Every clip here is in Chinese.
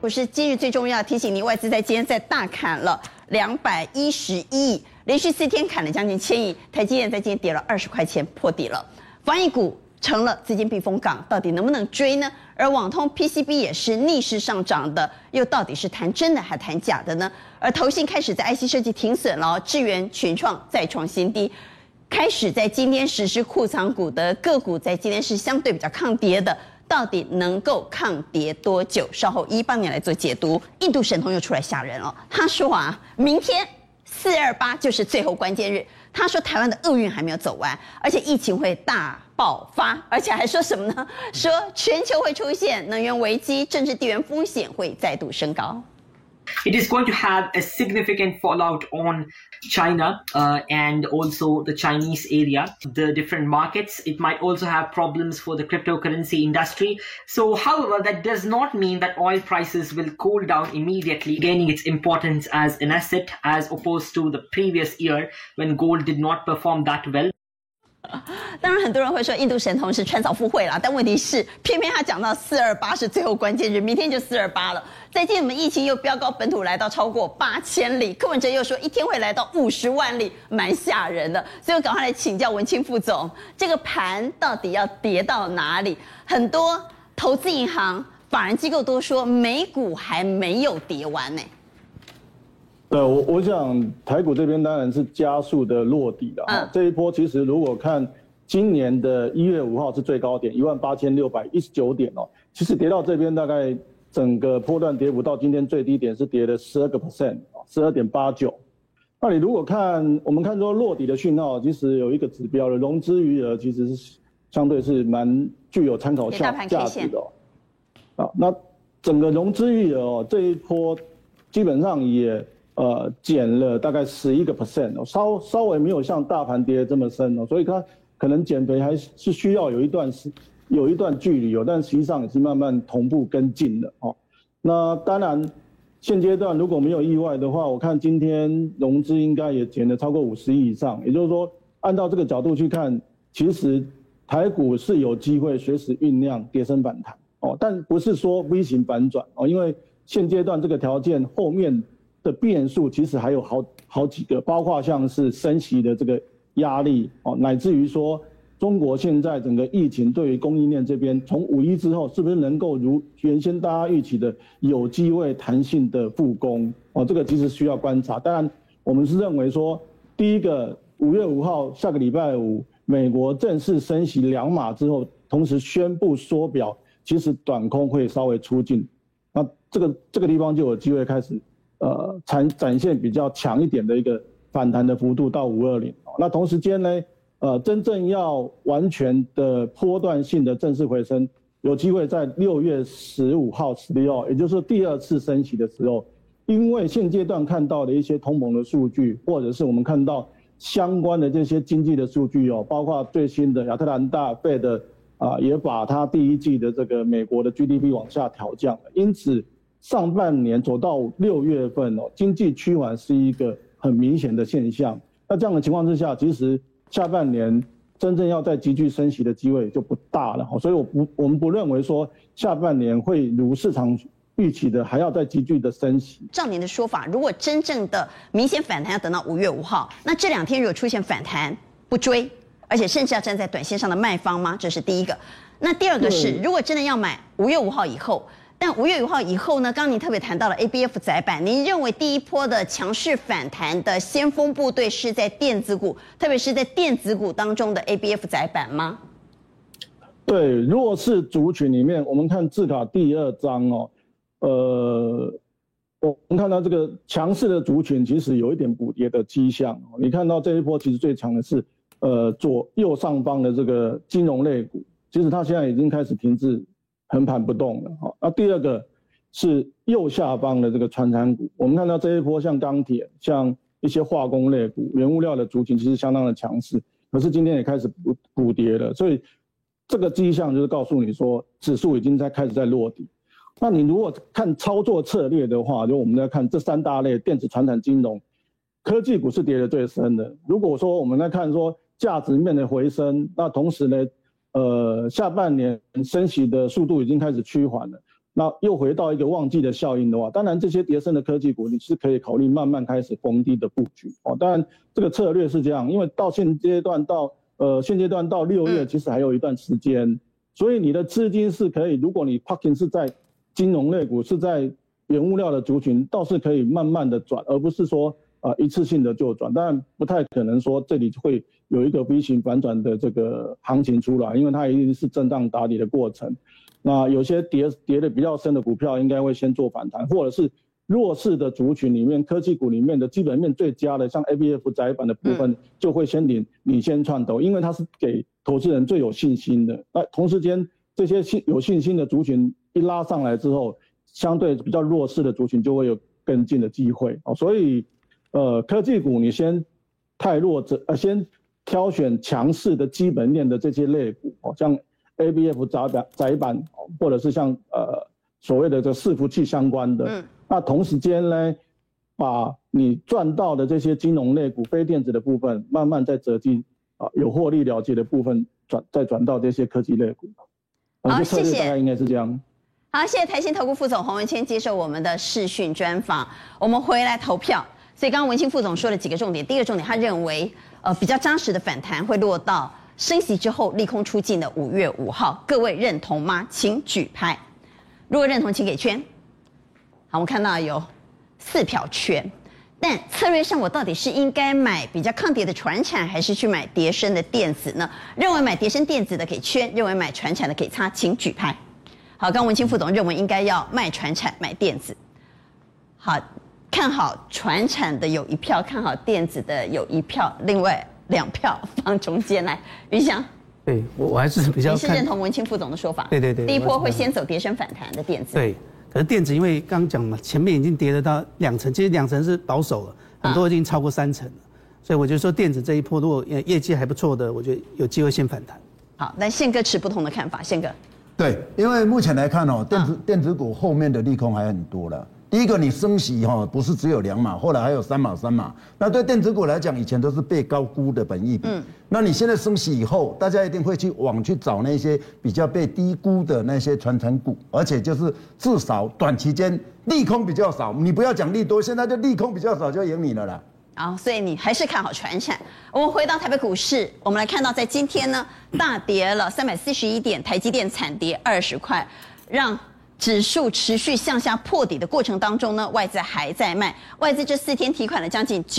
股市今日最重要提醒您，外资在今天再大砍了211亿，连续4天砍了将近1000亿。台积电在今天跌了20块钱，破底了。防疫股成了资金避风港，到底能不能追呢？而网通 PCB 也是逆势上涨的，又到底是谈真的还谈假的呢？而投信开始在 IC 设计停损了，智原、群创再创新低，开始在今天实施库藏股的个股，在今天是相对比较抗跌的，到底能够抗跌多久？稍后一帮你来做解读。印度神童又出来吓人了，他说啊，明天428就是最后关键日。他说台湾的厄运还没有走完，而且疫情会大爆发，而且还说什么呢？说全球会出现能源危机，政治地缘风险会再度升高。 It is going to have a significant fallout on China and also the Chinese area, the different markets. It might also have problems for the cryptocurrency industry. So, however, that does not mean that oil prices will cool down immediately, gaining its importance as an asset as opposed to the previous year when gold did not perform that well. 当然很多人会说印度神童是穿凿附会啦，但问题是偏偏他讲到428是最后关键日，明天就428了。最近我们疫情又飙高，本土来到超过8000例，柯文哲又说一天会来到50万例，蛮吓人的。所以我赶快来请教文清副总，这个盘到底要跌到哪里？很多投资银行、法人机构都说美股还没有跌完呢。 对，我想台股这边当然是加速的落底了。这一波其实如果看今年的1月5号是最高点18619点哦，其实跌到这边大概整个波段跌幅到今天最低点是跌了12%，12.89%。那你如果我们看说落底的讯号，其实有一个指标的融资余额其实是相对是蛮具有参考价值的哦。那整个融资余额哦这一波基本上也减了大概11%哦，稍微没有像大盘跌得这么深哦，所以它可能减肥还是需要有一段距离哦，但实际上也是慢慢同步跟进的哦。那当然现阶段如果没有意外的话，我看今天融资应该也减了超过50亿以上，也就是说按照这个角度去看，其实台股是有机会随时酝酿跌升反弹哦，但不是说 V 型反转哦，因为现阶段这个条件后面的变数其实还有好几个，包括像是升息的这个压力哦，乃至于说中国现在整个疫情对于供应链这边，从5·1之后是不是能够如原先大家预期的有机会弹性的复工哦，这个其实需要观察。当然，我们是认为说，第一个5月5号下个礼拜五，美国正式升息2码之后，同时宣布缩表，其实短空会稍微出尽，那这个地方就有机会开始。展现比较强一点的一个反弹的幅度到520。那同时间呢，真正要完全的波段性的正式回升，有机会在6月15号、16号，也就是第2次升息的时候，因为现阶段看到的一些通膨的数据，或者是我们看到相关的这些经济的数据哦，包括最新的亚特兰大 Fed 也把它第1季的这个美国的 GDP 往下调降了，因此。上半年走到6月份哦，经济趋缓是一个很明显的现象。那这样的情况之下，其实下半年真正要再急剧升息的机会就不大了。所以我们不认为说下半年会如市场预期的还要再急剧的升息。 照您的说法，如果真正的明显反弹要等到5月5号，那这2天如果出现反弹不追，而且甚至要站在短线上的卖方吗？这是第一个。那第二个是，如果真的要买5月5号以后。但5月5号以后呢？刚刚您特别谈到了 ABF 载板，您认为第一波的强势反弹的先锋部队是在电子股，特别是在电子股当中的 ABF 载板吗？ 对，弱势族群里面，我们看字卡第2章哦，我们看到这个强势的族群其实有一点补跌的迹象。你看到这一波其实最强的是右上方的这个金融类股，其实它现在已经开始停滞。横盘不动了。那第二个是右下方的这个传产股，我们看到这一波像钢铁、像一些化工类股、原物料的族群其实相当的强势，可是今天也开始补跌了，所以这个迹象就是告诉你说指数已经开始在落底。那你如果看操作策略的话，就我们在看这3大类电子、传产、金融、科技股是跌得最深的。如果说我们在看说价值面的回升，那同时呢下半年升息的速度已经开始趋缓了， 那又回到一个旺季的效应的话，当然这些跌升的科技股你是可以考虑慢慢开始逢低的布局哦。当然这个策略是这样，因为到现阶段到6月其实还有一段时间，所以你的资金是可以，如果你 parking 是在金融类股，是在原物料的族群，倒是可以慢慢的转，而不是说一次性的就转。当然不太可能说这里会有一个 V 型反转的这个行情出来，因为它一定是震荡打底的过程。那有些跌的比较深的股票应该会先做反弹，或者是弱势的族群里面，科技股里面的基本面最佳的，像 ABF 载板的部分，就会先领先创投，因为它是给投资人最有信心的。那同时间这些有信心的族群一拉上来之后，相对比较弱势的族群就会有跟进的机会。所以科技股你先太弱先挑选强势的基本面的这些类股，像 ABF 载板，或者是像所谓的这伺服器相关的。那同时间呢，把你赚到的这些金融类股、非电子的部分，慢慢再折进有获利了结的部分，再转到这些科技类股。 好，谢谢。 大概应该是这样。 好，谢谢台新投顾副总洪文谦接受我们的视讯专访。我们回来投票。所以刚刚文清副总说了几个重点，第一个重点，他认为比较扎实的反弹会落到升息之后利空出尽的5月5号，各位认同吗？请举牌。如果认同，请给圈。好，我们看到有4票圈。但策略上，我到底是应该买比较抗跌的传产，还是去买跌升的电子呢？认为买跌升电子的给圈，认为买传产的给叉，请举牌。好，刚文清副总认为应该要卖传产买电子。好，看好传产的有1票，看好电子的有1票，另外2票放中间来。于翔， 对我还是比较你是认同文清副总的说法？ 对， 第一波会先走跌升反弹的电子。 对，可是电子因为刚刚讲嘛，前面已经跌了到2成，其实2成是保守了，很多已经超过3成了，所以我就说电子这一波如果业绩还不错的，我觉得有机会先反弹。 好，但宪哥持不同的看法，宪哥。 对，因为目前来看电子股后面的利空还很多了。第一个，你升息不是只有2码，后来还有3码、3码。那对电子股来讲，以前都是被高估的本益比。那你现在升息以后，大家一定会去找那些比较被低估的那些传产股，而且就是至少短期间利空比较少。你不要讲利多，现在就利空比较少就赢你了啦。 好，所以你还是看好传产。我们回到台北股市，我们来看到在今天呢，大跌了341点，台积电惨跌20块，让指数持续向下破底的过程当中呢，外资还在卖，外资这4天提款了将近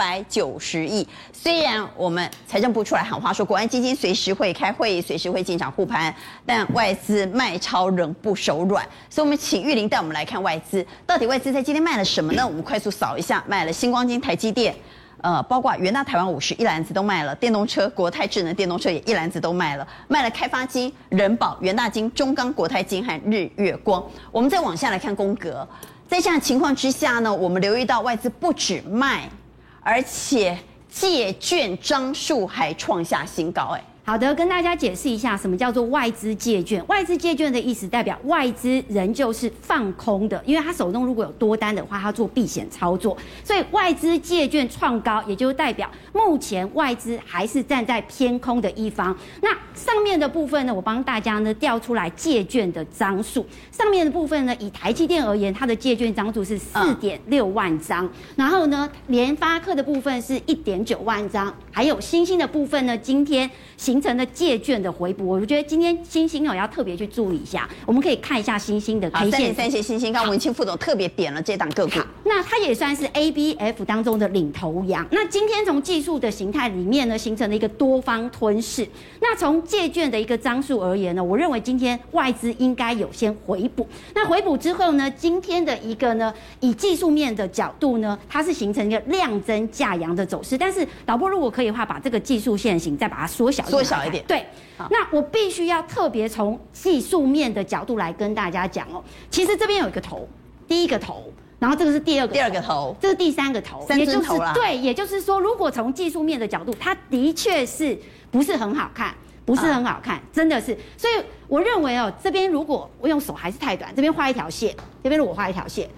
990亿。虽然我们财政部出来喊话说，国安基金随时会开会，随时会进场护盘，但外资卖超仍不手软。所以我们请玉玲带我们来看外资，到底外资在今天卖了什么呢？我们快速扫一下，卖了新光金、台积电。包括元大台湾50一篮子都卖了，电动车国泰智能电动车也一篮子都卖了，卖了开发金、人保、元大金、中钢、国泰金和日月光。我们再往下来看宫格，在这样情况之下呢，我们留意到外资不止卖，而且借券张数还创下新高。 好的，跟大家解释一下什么叫做外资借券。外资借券的意思代表外资仍旧是放空的，因为他手中如果有多单的话，他做避险操作，所以外资借券创高，也就代表目前外资还是站在偏空的一方。那上面的部分呢，我帮大家呢调出来借券的张数。上面的部分呢，以台积电而言，它的借券张数是4.6万张，然后呢，联发科的部分是1.9万张，还有新兴的部分呢，今天形成的借券的回补，我觉得今天新兴要特别去注意一下。我们可以看一下新兴的 K 线。 303些新兴，刚文清副总特别点了这档个股。 那它也算是 ABF 当中的领头羊。那今天从技术的形态里面呢，形成了一个多方吞噬。那从借券的一个张数而言呢，我认为今天外资应该有先回补。那回补之后呢，今天的一个呢，以技术面的角度呢，它是形成一个量增价扬的走势。但是导播如果可以的话，把这个技术线型再把它缩小一点。对，那我必须要特别从技术面的角度来跟大家讲哦。其实这边有一个头，第一个头，然后这个是第二个头，这是第3个头 ，3尊头啦。 对，也就是说，如果从技术面的角度，它的确是不是很好看，真的是。所以我认为哦，这边如果我用手还是太短，这边画一条线，这边如果画一条线。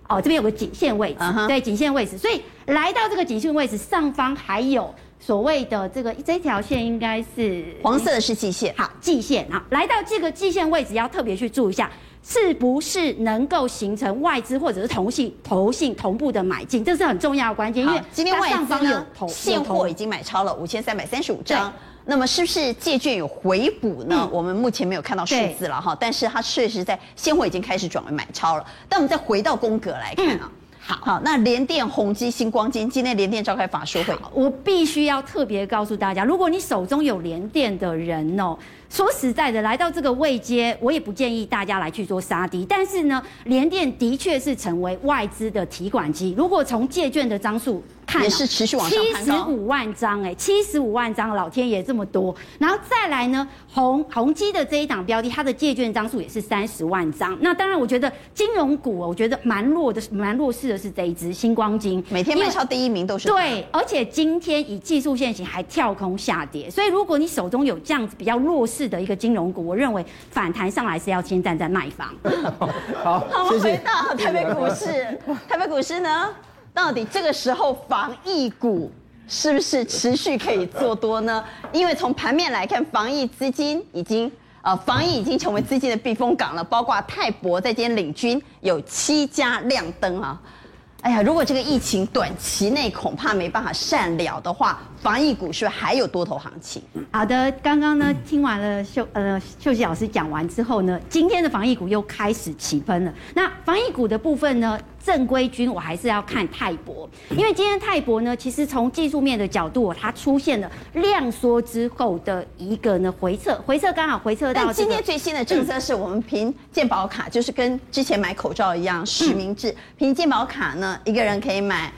这边有个颈线位置，对，颈线位置，所以来到这个颈线位置上方还有所谓的这条线应该是黄色的是季线， 好，季线，好，来到这个季线位置要特别去注意一下。是不是能够形成外资或者是投信同步的买进，这是很重要的关键。因为今天外资呢现货已经买超了5335张，那么是不是借券有回补呢？我们目前没有看到数字了哈，但是它确实在现货已经开始转为买超了。但我们再回到宫格来看啊。好，那联电、宏基、星光金，今天联电召开法说会， 我必须要特别告诉大家，如果你手中有联电的人哦，说实在的，来到这个位阶，我也不建议大家来去做杀低。但是呢，联电的确是成为外资的提款机。如果从借券的张数看， 也是持续往上攀高 ，75万张，75万张，老天爷这么多。然后再来呢，宏基的这一档标的，它的借券张数也是30万张。那当然，我觉得金融股，我觉得蛮弱势的是这一支星光金， 每天卖超第一名都是对，而且今天以技术线型还跳空下跌，所以如果你手中有这样子比较弱势的一个金融股，我认为反弹上来是要先站在卖方。 好，我们回到台北股市，台北股市呢，到底这个时候防疫股是不是持续可以做多呢？因为从盘面来看，防疫资金已经防疫已经成为资金的避风港了，包括泰博在今天领军有7家亮灯啊。哎呀，如果这个疫情短期内恐怕没办法善了的话，防疫股是不是还有多头行情？ 好的，刚刚呢听完了秀熙老师讲完之后呢，今天的防疫股又开始起喷了。那防疫股的部分呢，正规军我还是要看泰博，因为今天泰博呢，其实从技术面的角度，它出现了量缩之后的一个呢回撤刚好回撤到。 但今天最新的政策是我们凭健保卡，就是跟之前买口罩一样实名制，凭健保卡呢，一个人可以买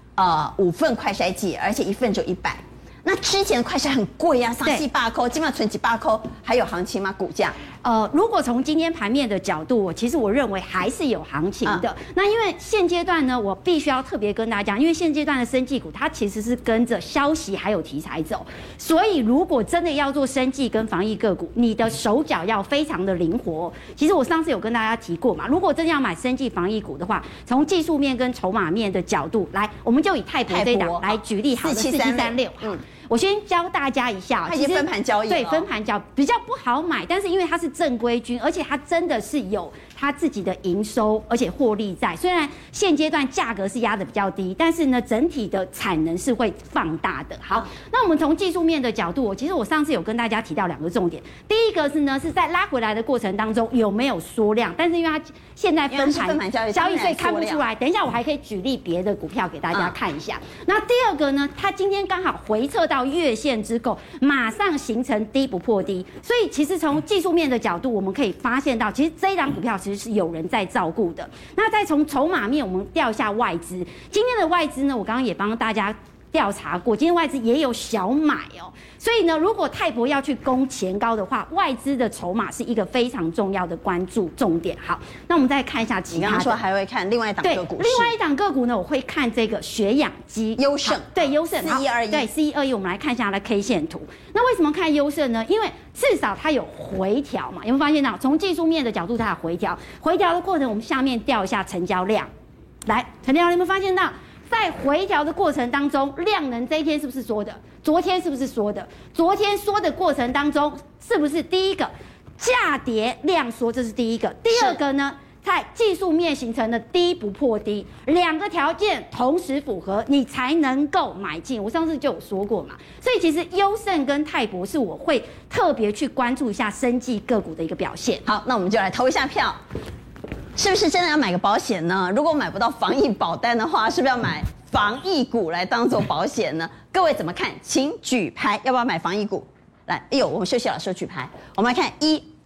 5份快筛剂，而且1份就100。那之前的快筛很贵啊，3、4、8块，基本上存几8块，还有行情吗？股价？ 如果从今天盘面的角度，其实我认为还是有行情的。那因为现阶段呢，我必须要特别跟大家讲，因为现阶段的生技股，它其实是跟着消息还有题材走，所以如果真的要做生技跟防疫个股，你的手脚要非常的灵活。其实我上次有跟大家提过嘛，如果真的要买生技防疫股的话，从技术面跟筹码面的角度来，我们就以泰博这一档来举例好了，4736。我先教大家一下， 它已经分盘交易了， 对，分盘交比较不好买，但是因为它是正规军，而且它真的是有它自己的营收，而且获利在。虽然现阶段价格是压得比较低，但是呢，整体的产能是会放大的。好，那我们从技术面的角度，其实我上次有跟大家提到2个重点，第一个是呢是在拉回来的过程当中有没有缩量，但是因为它现在分盘交易，所以看不出来。等一下我还可以举例别的股票给大家看一下。那第二个呢，它今天刚好回撤到月线之后，马上形成低不破低，所以其实从技术面的角度，我们可以发现到，其实这一档股票其实是有人在照顾的。那再从筹码面，我们调一下外资，今天的外资呢，我刚刚也帮大家调查过，今天外资也有小买哦。所以呢，如果泰博要去攻前高的话，外资的筹码是一个非常重要的关注重点。好，那我们再看一下其他的。 你刚刚说还会看另外一档个股， 另外一档个股呢，我会看这个血氧机优胜， 对优胜 4121， 对4121，我们来看一下它的 K 线图。那为什么看优胜呢？因为至少它有回调嘛，有没有发现到？从技术面的角度，它有回调，回调的过程，我们下面调一下成交量，来成交量，有没有发现到？在回调的过程当中，量能这一天是不是缩的？昨天是不是缩的？昨天缩的过程当中，是不是第一个价跌量缩？这是第一个。第二个呢，在技术面形成的低不破低，2个条件同时符合，你才能够买进。我上次就有说过嘛，所以其实优胜跟泰博是我会特别去关注一下生技个股的一个表现。 好，那我们就来投一下票。是不是真的要买个保险呢？如果买不到防疫保单的话，是不是要买防疫股来当做保险呢？各位怎么看？请举牌，要不要买防疫股？来，哎呦，我们秀熙老师举牌，我们来看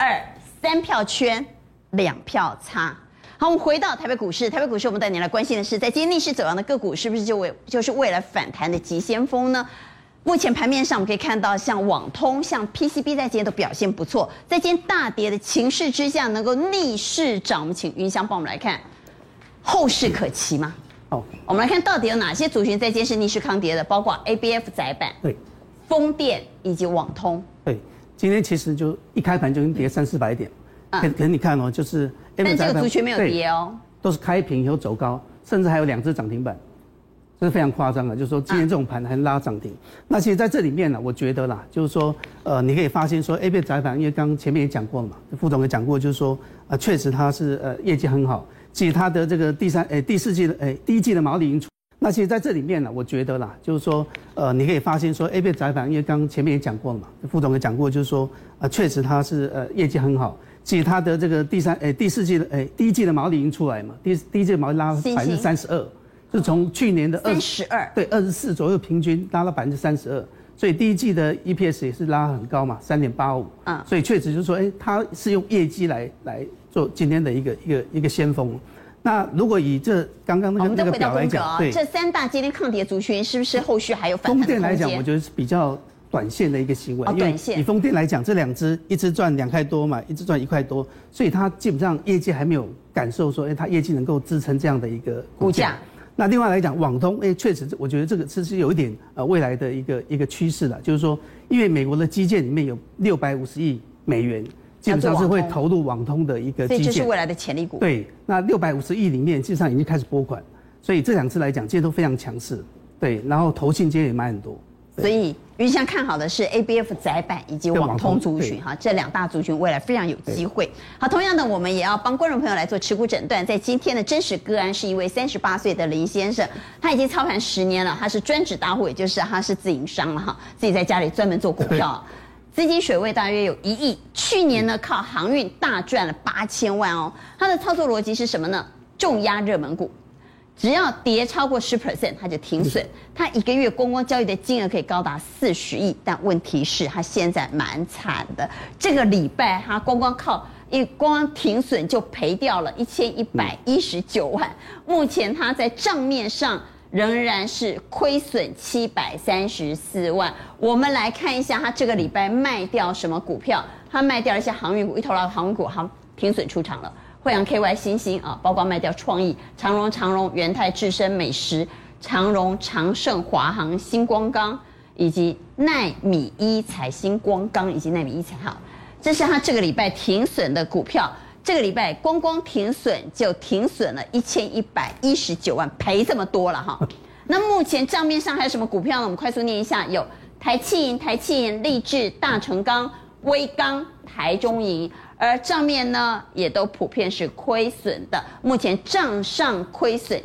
1、2、3票圈，2票差。好，我们回到台北股市，台北股市我们带您来关心的是，在今天逆势走阳的个股，是不是就是未来反弹的急先锋呢？目前盘面上，我们可以看到，像网通、像 PCB 在今天都表现不错。在今天大跌的情势之下，能够逆势涨，我们请云香帮我们来看，后市可期吗？我们来看到底有哪些族群在今天是逆势抗跌的，包括 ABF 载板、 对， 风电以及网通。 对，今天其实就一开盘就已经跌300-400点。可是你看哦，就是但这个族群没有跌哦。 都是开平以后走高，甚至还有2只涨停板，这是非常夸张的。就是说今天这种盘还拉涨停。那其实在这里面呢，我觉得啦，就是说你可以发现说 A 片窄板，因为刚前面也讲过了嘛，副总也讲过，就是说确实它是业绩很好，其实它的这个第一季的毛利已经出。那其实在这里面呢，我觉得啦，就是说你可以发现说 A 片窄板，因为刚前面也讲过了嘛，副总也讲过，就是说确实它是业绩很好。其实它的这个第一季的毛利已经出来嘛，第一季的毛利拉32%，就从去年的 32% 对24%左右平均拉到32%，所以第一季的 EPS 也是拉很高嘛，3.85，所以确实就是说，它是用业绩来做今天的一个先锋。那如果以这刚刚那个表来讲， 对这3大今天抗跌族群是不是后续还有反弹的空间？ 风电来讲，我觉得是比较短线的一个行为， 短线。 以风电来讲，这2只一只赚2块多嘛，一只赚1块多，所以它基本上业绩还没有感受说，它业绩能够支撑这样的一个股价。那另外来讲，网通，确实，我觉得这个是有一点未来的一个趋势了，就是说，因为美国的基建里面有650亿美元，基本上是会投入网通的一个基建， 所以这是未来的潜力股。 对，那650亿里面基本上已经开始拨款，所以这2只来讲，今天都非常强势。对，然后投信今天也买很多。 所以云翔看好的是 ABF 载板以及网通族群哈，这2大族群未来非常有机会。好，同样的，我们也要帮观众朋友来做持股诊断。在今天的真实个案是一位38岁的林先生，他已经操盘10年了，他是专职大户，也就是他是自营商了哈，自己在家里专门做股票，资金水位大约有1亿。去年呢，靠航运大赚了8000万哦。他的操作逻辑是什么呢？重压热门股。只要跌超过10%，他就停损。他一个月光交易的金额可以高达40亿，但问题是，他现在蛮惨的。这个礼拜他光停损就赔掉了1119万。目前他在账面上仍然是亏损734万。我们来看一下他这个礼拜卖掉什么股票？他卖掉了一些航运股，一头拉航运股，好停损出场了。惠阳 KY 新兴啊，包括卖掉创意、长荣、元泰、智深、美食、长荣、长盛、华航、新光钢，以及奈米一彩、新光钢以及奈米一彩。好，这是他这个礼拜停损的股票。这个礼拜光停损就停损了1119万，赔这么多了哈。那目前账面上还有什么股票呢？我们快速念一下，有台气银、立志、大成钢、威刚、台中银。而账面呢，也都普遍是亏损的。目前账上亏损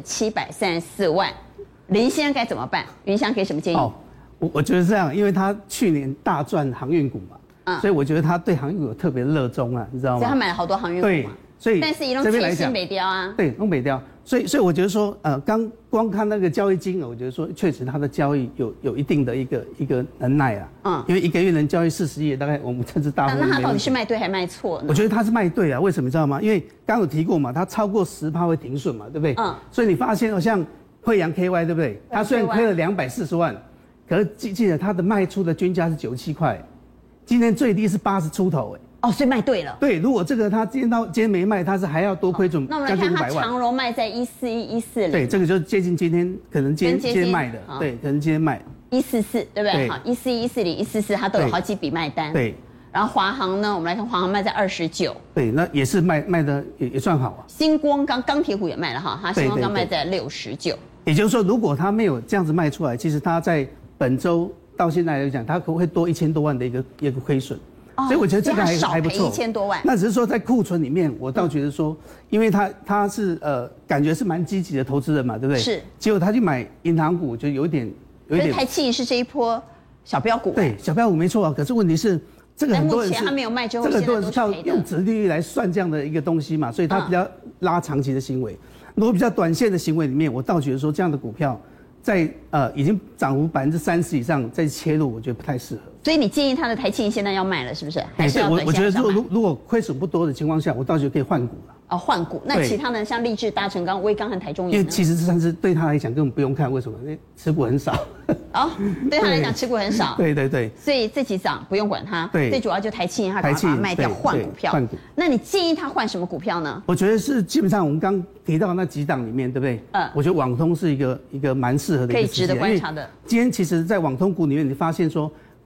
734万，林先生该怎么办？云翔给什么建议？ 我觉得这样，因为他去年大赚航运股嘛，所以我觉得他对航运股有特别热衷啊，你知道吗？ 所以他买了好多航运股嘛。对， 所以但是一路前新北雕啊， 对，东北雕。所以我觉得说，光看那个交易金额，我觉得说确实它的交易有一定的一个能耐啊。因为一个月能交易40亿，大概我们甚至大户。 那他到底是卖对还卖错呢？ 我觉得他是卖对啊，为什么你知道吗？因为刚有提过嘛，他超过10%会停损嘛，对不对？所以你发现像惠阳 KY 对不对？他虽然亏了240万，可是记得他的卖出的均价是97块，今天最低是80出头所以卖对了。 对，如果这个他今天没卖，他是还要多亏损将近500万。 那我们来看他长荣卖在14140， 对，这个就接近今天可能今天卖的，对，可能今天卖 144，对不对？好，14140、144，它都有好几笔卖单。 对。 然后华航呢，我们来看华航卖在29。 对，那也是卖的也算好啊。 新光钢铁股也卖了哈，它新光钢卖在69。 也就是说，如果他没有这样子卖出来，其实他在本周到现在来讲，他可能会多1000多万的一个亏损。所以我觉得这个还不错 ，1000多万。 那只是说在库存里面，我倒觉得说，因为他是感觉是蛮积极的投资人嘛，对不对？ 是。 结果他去买银行股，就有一点。 所以台气是这一波小标股。 对，小标股没错啊。可是问题是，这个很多人是他没有卖之后， 这个很多人是靠用殖利率来算这样的一个东西嘛，所以它比较拉长期的行为。如果比较短线的行为里面，我倒觉得说这样的股票。在已经涨幅30%以上再切入，我觉得不太适合。 所以你建议他的台气现在要卖了，是不是？还是要我觉得如果亏损不多的情况下，我倒觉得可以换股了。 换股。那其他呢？像立志、大成钢、威刚和台中银， 因为其实算是对他来讲根本不用看，为什么？因为持股很少。 对他来讲持股很少。 对。 所以这几涨不用管它。对。最主要就台气，他把它卖掉换股票。 换股。 那你建议他换什么股票呢？ 我觉得是基本上我们刚提到那几档里面，对不对？我觉得网通是一个蛮适合的一个。 可以值得观察的。 今天其实，在网通股里面，你发现说。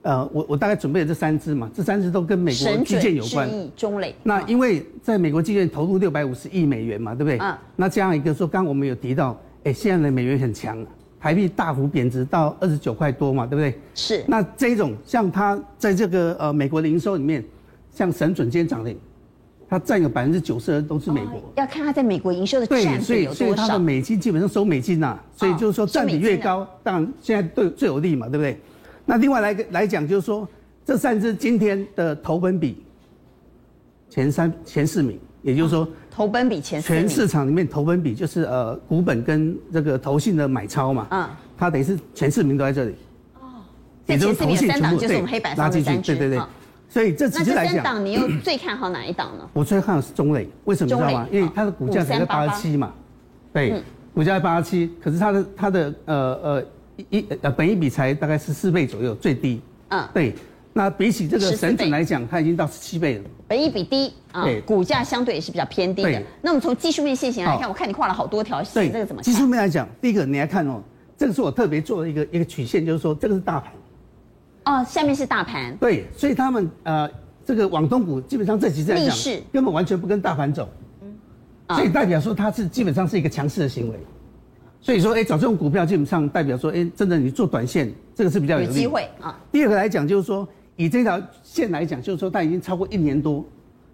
我大概准备了这3支嘛，这3支都跟美国基建有关。 神准、智毅、中磊。 那因为在美国基建投入650亿美元嘛，对不对？那加上一个说，刚刚我们有提到，现在的美元很强，台币大幅贬值到29块多嘛，对不对？ 是。 那这种像它在这个美国的营收里面，像神准今天涨停，它占有92%都是美国。 要看它在美国营收的占比有多少。 所以它的美金基本上收美金呐，所以就是说占比越高，当然现在最有利嘛，对不对？那另外来讲，就是说这3支今天的投本比前4名，也就是说投本比前4名， 全市场里面投本比就是股本跟这个投信的买超嘛，它等于是前4名都在这里。 也就是投信3档就是我们黑板上的3支， 对。所以这其实来讲， 那这3档你又最看好哪一档呢？ 我最看好是中磊，为什么你知道吗？因为它的股价才在87嘛，对，股价在87，可是它的本益比才大概14倍左右，最低。对。那比起这个神准来讲，它已经到17倍了。 本益比低啊，股价相对也是比较偏低的。那我们从技术面线型来看，我看你画了好多条线，这个怎么看？ 技术面来讲，第一个你来看哦，这个是我特别做的一个曲线，就是说这个是大盘。 下面是大盘。对， 所以他们这个网通股基本上这几次来讲，根本完全不跟大盘走。所以代表说它是基本上是一个强势的行为。所以说，找这种股票基本上代表说，真的你做短线，这个是比较有机会啊。 第二个来讲，就是说，以这条线来讲，就是说它已经超过1年多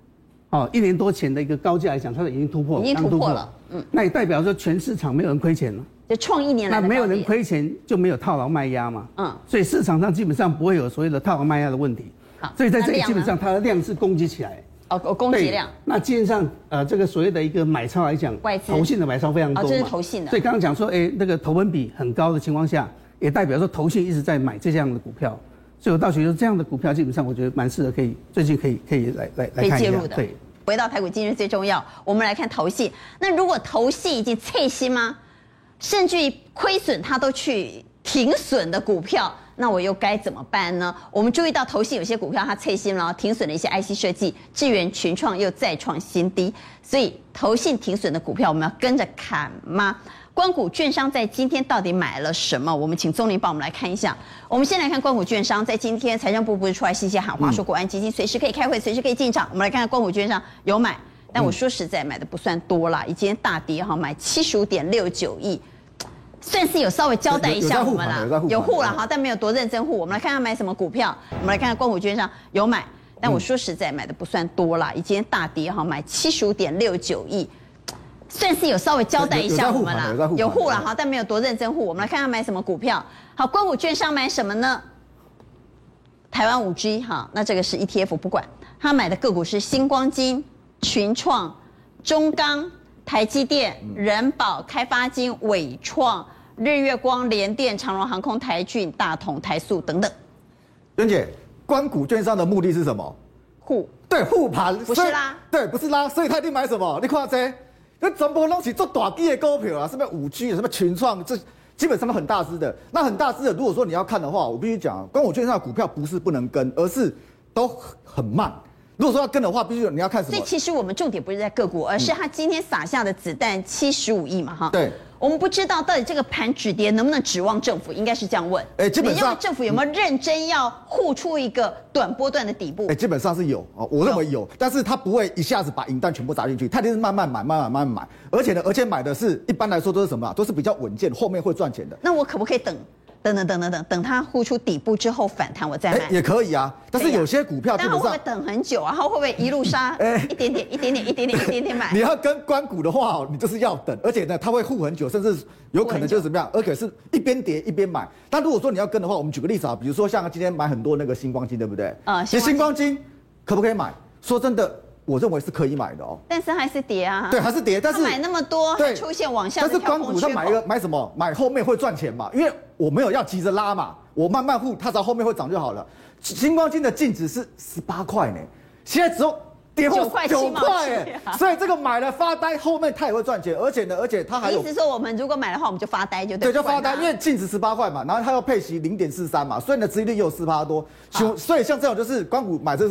，1年多前的一个高价来讲，它已经突破了。那也代表说全市场没有人亏钱了。 就创1年来的高点。 那没有人亏钱，就没有套牢卖压嘛。所以市场上基本上不会有所谓的套牢卖压的问题。所以在这里基本上它的量是攻击起来。 供给量。 那基本上这个所谓的一个买超来讲，投信的买超非常多嘛。 这是投信的。 所以刚刚讲说，那个投本比很高的情况下，也代表说投信一直在买这样的股票。所以我倒觉得这样的股票基本上我觉得蛮适合最近可以来看一下。 介入的。 对。 回到台股今日最重要，我们来看投信。那如果投信已经脆心吗？甚至于亏损它都去停损的股票，那我又该怎么办呢？我们注意到投信有些股票它脆心了，停损了一些 IC 设计，智原、群创又再创新低，所以投信停损的股票我们要跟着砍吗？官股券商在今天到底买了什么？我们请宗霖帮我们来看一下。我们先来看官股券商，在今天财政部不是出来信息喊话，说国安基金随时可以开会，随时可以进场。我们来看看官股券商有买，但我说实在买的不算多啦，以今天大跌买75.69亿。算是有稍微交代一下我们啦，有护了哈，但没有多认真护。我们来看看买什么股票，我们来看看官股券商有买，但我说实在买的不算多啦，以今天大跌买75.69亿，算是有稍微交代一下我们啦，有护了哈，但没有多认真护。我们来看看买什么股票。好，官股券商买什么呢？台湾5G 哈，那这个是 ETF 不管，他买的个股是星光金、群创、中钢、台积电、人保、开发金、伟创、日月光、联电、长荣航空、台骏、大同、台塑等等。 娟姐，官股券商的目的是什么？护盘， 不是拉， 对，不是拉，所以他一定买什么？你看这全部都是做大基的股票啊，什么5G、什么群创，这基本上都很大只的。那很大只的，如果说你要看的话，我必须讲，官股券商的股票不是不能跟，而是都很慢。如果说要跟的话，必须你要看什么？ 所以其实我们重点不是在个股，而是他今天撒下的子弹75亿嘛，哈。 对。 我们不知道到底这个盘止跌能不能指望政府，应该是这样问。 基本上政府有没有认真要护出一个短波段的底部？ 基本上是有哦，我认为有，但是他不会一下子把银弹全部砸进去，他一定是慢慢买，而且买的是一般来说都是什么？都是比较稳健，后面会赚钱的。 那我可不可以等它护出底部之后反弹，我再买？ 也可以啊，但是有些股票基本上， 但它会不会等很久啊？它会不会一路杀一点点买？ 你要跟官股的话，你就是要等，而且呢，它会护很久，甚至有可能就是怎么样，而且是一边跌一边买。但如果说你要跟的话，我们举个例子啊，比如说像今天买很多那个星光金，对不对？其实星光金可不可以买？说真的。我认为是可以买的哦， 但是还是跌啊。 对，还是跌，但是买那么多，还出现往下的但是官股它买什么？买后面会赚钱嘛？因为我没有要急着拉嘛，我慢慢护，它只要后面会涨就好了。星光金的净值是18块呢，现在只有跌破9块哎，所以这个买了发呆，后面它也会赚钱，而且它还有。 意思说我们如果买的话，我们就发呆就对。 对，就发呆，因为净值18块嘛，然后它要配息0.43嘛，所以呢殖利率也有4%多，所以像这种就是官股买这个嘛。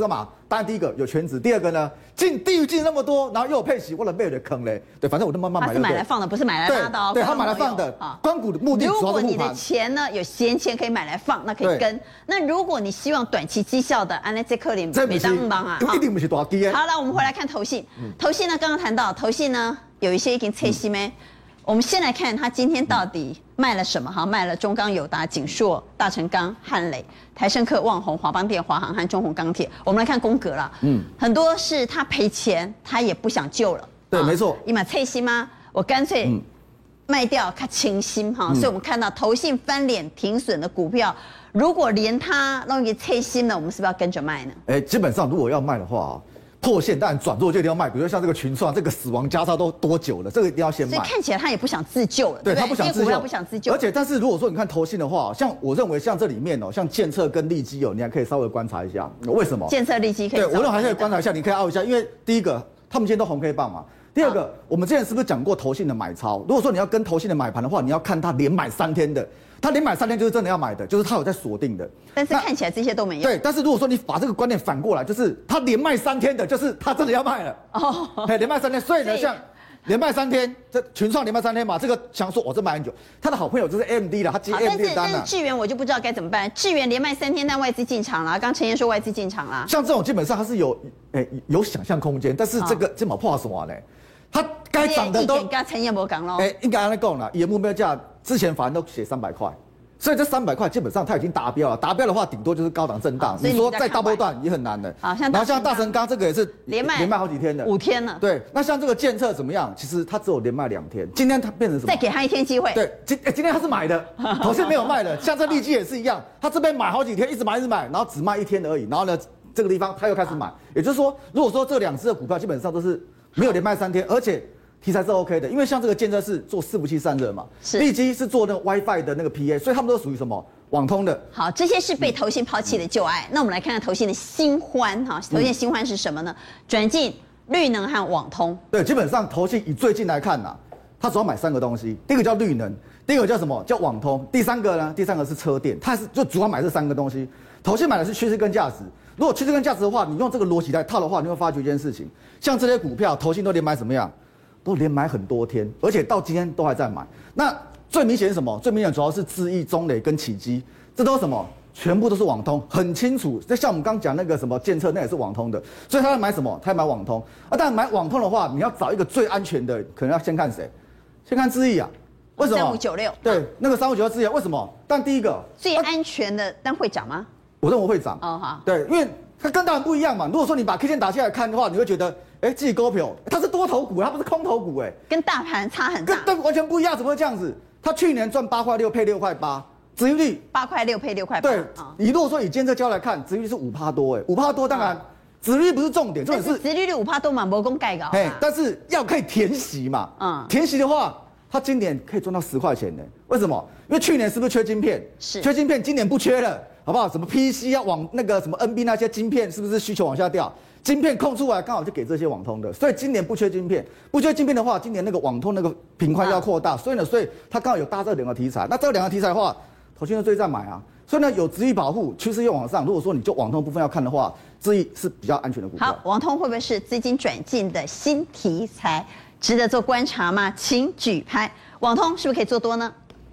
当然第一个有权值，第二个呢进地域进那么多，然后又有配息，我的被的坑嘞。对，反正我都慢慢买。 他是买来放的，不是买来拉的哦。 对，他买来放的。官股的目的主要是护盘。 如果你的钱呢有闲钱可以买来放，那可以跟。那如果你希望短期绩效的，安内这克林没当忙啊。 一定不是大基的。 好了，我们回来看投信。投信呢，刚刚谈到投信呢有一些已经撤息没。我们先来看他今天到底卖了什么哈？卖了中钢、友达、景硕、大成钢、汉磊、台胜科、旺宏、华邦电、华航和中宏钢铁。我们来看宫格啦，很多是他赔钱，他也不想救了。 对，没错。 你买脆心吗？我干脆卖掉，看清心哈。所以我们看到投信翻脸停损的股票，如果连他弄一个脆心了，我们是不是要跟着卖呢？ 基本上如果要卖的话破线当然转弱就一定要卖，比如说像这个群创，这个死亡交叉都多久了，这个一定要先卖。 所以看起来他也不想自救了， 对他不想自救， 不想自救。 而且，但是如果说你看投信的话，像我认为像这里面像建策跟利基你还可以稍微观察一下，为什么？ 建策利基可以。 对，我认为还可以观察一下，你可以凹一下，因为第一个他们今天都红 K 棒嘛。第二个，我们之前是不是讲过投信的买超？如果说你要跟投信的买盘的话，你要看他连买3天的。他连买3天就是真的要买的，就是他有在锁定的。 但是看起来这些都没有。 对，但是如果说你把这个观念反过来，就是他连卖3天的，就是他真的要卖了。哦，连卖3天，所以呢，像连卖3天，这群创连卖3天嘛，这个想说这买很久，他的好朋友就是 AMD 了，他接 AMD 的单了。 但是智原我就不知道该怎么办。智原连卖3天，但外资进场了。刚陈彦说外资进场了。 像这种基本上它是有想象空间，但是这个么破什么呢？它该涨的都跟陈彦博讲咯。 应该按那讲了，也目标价之前反正都写300块。所以这300块基本上它已经达标了，达标的话顶多就是高档震荡。你说再 double 段也很难的。 好， 然后像大成钢这个也是连卖好几天的 ，5天了。 对，那像这个建策怎么样？其实它只有连卖2天，今天它变成什么？ 再给他1天机会。 对，今天它是买的，投信没有卖的。像这利基也是一样，它这边买好几天，一直买，然后只卖1天而已。然后呢，这个地方它又开始买，也就是说，如果说这2只的股票基本上都是没有连卖3天，而且题材是 OK 的，因为像这个建策是做伺服器散热嘛，利基是做那个 WiFi 的那个 PA， 所以他们都属于什么？网通的。 好，这些是被投信抛弃的旧爱。那我们来看看投信的新欢哈，投信的新欢是什么呢？转进绿能和网通。 对，基本上投信以最近来看它主要买3个东西，第一个叫绿能，第二个叫什么？叫网通，第三个呢？第三个是车电，它就主要买这3个东西。投信买的是趋势跟价值。如果趋势跟价值的话，你用这个逻辑来套的话，你会发觉一件事情，像这些股票，投信都连买怎么样？都连买很多天，而且到今天都还在买。那最明显是什么？最明显主要是智毅、中磊跟启基，这都是什么？全部都是网通，很清楚。那像我们刚讲那个什么建策，那也是网通的，所以他要买什么？他要买网通。当然买网通的话，你要找一个最安全的，可能要先看谁？先看智毅啊。为什么 ？3596。 对，那个3596智毅，为什么？但第一个最安全的，但会涨吗？ 我认为会涨。 哦好。 对，因为它跟大人不一样嘛。如果说你把 K 线打下来看的话，你会觉得。自己股票它是多头股，它不是空头股跟大盘差很大， 跟完全不一样，怎么会这样子？它去年赚8块6配6块8，殖利率 8块6配6块8。 对，你如果说以监测交来看，殖利率是5%多5%多当然，殖利率不是重点，重点是殖利率5%多嘛，没公盖高。 但是要可以填息嘛，填息的话，它今年可以赚到10块钱呢。为什么？因为去年是不是缺晶片？ 是缺晶片，今年不缺了，好不好？什么 PC 啊，往那个什么 NB 那些晶片，是不是需求往下掉？晶片空出来，刚好就给这些网通的，所以今年不缺晶片，不缺晶片的话，今年那个网通那个频宽要扩大，所以它刚好有搭这2个题材。那这2个题材的话，投信就最在买啊，所以呢有殖利率保护，趋势又往上。如果说你就网通部分要看的话，殖利率是比较安全的股票。 好，网通会不会是资金转进的新题材，值得做观察吗？请举牌。网通是不是可以做多呢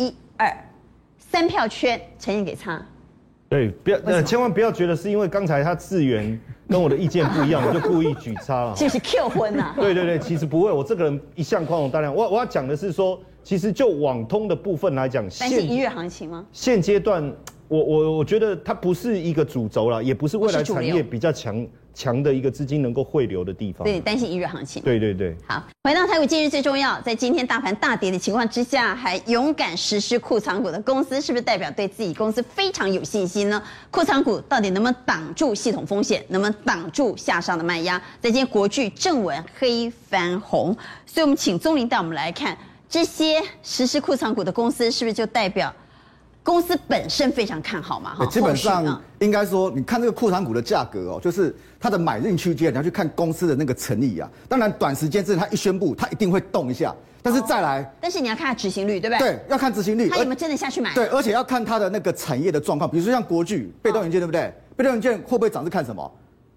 ？1、2、3票圈，陈彦给差。 对，不要千万不要觉得是因为刚才他智原跟我的意见不一样，我就故意举差了。 就是 Q 婚啊。 对，其实不会，我这个人一向宽容大量。我要讲的是说，其实就网通的部分来讲， 担心1月行情吗？ 现阶段，我觉得它不是一个主轴啦，也不是未来产业比较强的一个资金能够汇流的地方。 对，担心1月行情。 对。 好，回到台股，今日最重要，在今天大盘大跌的情况之下，还勇敢实施库藏股的公司，是不是代表对自己公司非常有信心呢？库藏股到底能不能挡住系统风险，能不能挡住下上的卖压？在今天国巨正文黑翻红，所以我们请宗霖带我们来看这些实施库藏股的公司，是不是就代表公司本身非常看好嘛？ 基本上应该说，你看这个库藏股的价格就是它的买进区间，你要去看公司的那个诚意啊。当然，短时间之内它一宣布，它一定会动一下。但是再来， 但是你要看它执行率，对不对？ 对，要看执行率， 它有没有真的下去买？ 对，而且要看它的那个产业的状况，比如说像国巨被动元件，对不对？被动元件会不会涨是看什么？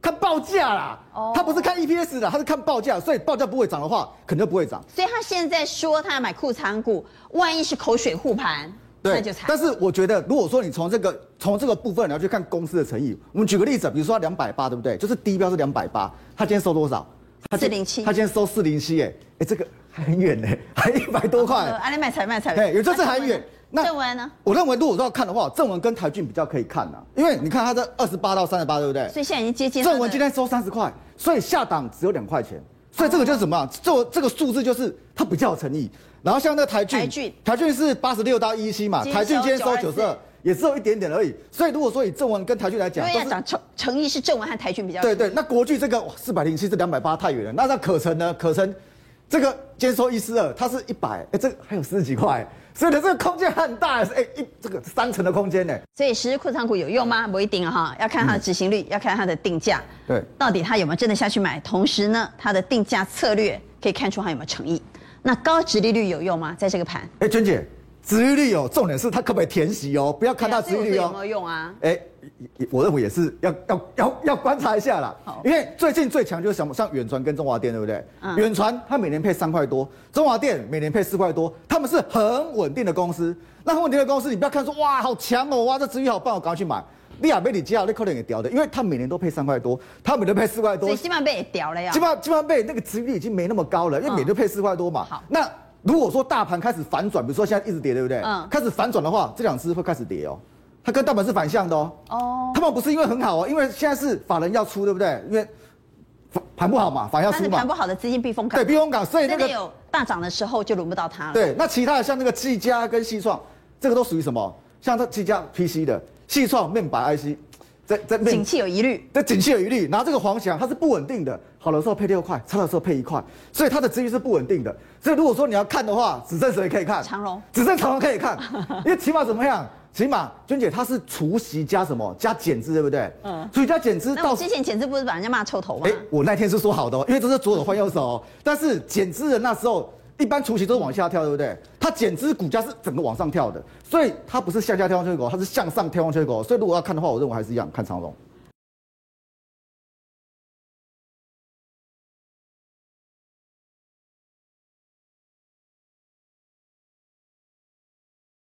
看报价啦，他不是看 EPS 的，他是看报价，所以报价不会涨的话，肯定不会涨。 所以他现在说他要买库藏股，万一是口水护盘，那就惨。 但是我觉得，如果说你从这个部分你要去看公司的诚意，我们举个例子，比如说280，对不对？就是低标是280，他今天收多少 ？407。 他今天收407，这个还很远呢，还100多块。 啊，你卖菜， 对，有就是很远。 那正文呢？ 我认为如果说要看的话，正文跟台骏比较可以看呐，因为你看它这28到38，对不对？ 所以现在已经接近。 正文今天收30块，所以下档只有2块钱，所以这个就是什么啊？这个数字就是它比较有诚意。然后像那个台骏是86到117嘛，台骏今天收92，也只有一点点而已。所以如果说以正文跟台骏来讲， 因为要讲诚意是正文和台骏比较。 对，那国巨这个407是280太远了，那可成呢？可成这个今天收142，它是100，这个还有40几块。所以它这个空间很大，这个3成的空间呢。 所以实质库藏股有用吗？不一定哈，要看它的执行率，要看它的定价。 对， 到底它有没有真的下去买？同时呢，它的定价策略可以看出它有没有诚意。那高殖利率有用吗？在这个盘？ 娟姐，殖利率重点是它可不可以填息哦？不要看它殖利率有没有用啊？ 我认为也是要观察一下啦。因为最近最强就是像远传跟中华电，对不对？远传它每年配3块多，中华电每年配4块多，他们是很稳定的公司。那很稳定的公司，你不要看说哇好强哦，哇这殖利率好棒，我赶快去买。你也被你加，你可能也掉的，因为他每年都配3块多，他每年配4块多， 所以基本上被也掉了呀。 基本上被那个殖利率已经没那么高了，因为每年都配4块多嘛。好，那如果说大盘开始反转，比如说现在一直跌，对不对？开始反转的话，这2只会开始跌哦。它跟大盘是反向的哦。他们不是因为很好哦，因为现在是法人要出，对不对？因为盘不好嘛，法人要出嘛。 但是盘不好的资金避风港。 对，避风港，所以那个有大涨的时候就轮不到它了。 对，那其他的像那个技嘉跟细创，这个都属于什么？像它技嘉 PC 的，细创面板 IC。在景气有疑虑， 对景气有疑虑，然后这个黄翔它是不稳定的，好的时候配6块，差的时候配1块，所以它的殖利率是不稳定的。所以如果说你要看的话，只剩谁可以看？ 长荣， 只剩长荣可以看，因为起码怎么样？起码娟姐它是除息加什么？加减资，对不对？除息加减资。 那我之前减资不是把人家骂臭头吗？ 我那天是说好的，因为这是左手换右手，但是减资的那时候。一般除息都是往下跳，对不对？它减资股价是整个往上跳的，所以它不是向下跳上去狗，它是向上跳上去狗。所以如果要看的话，我认为还是一样看长荣。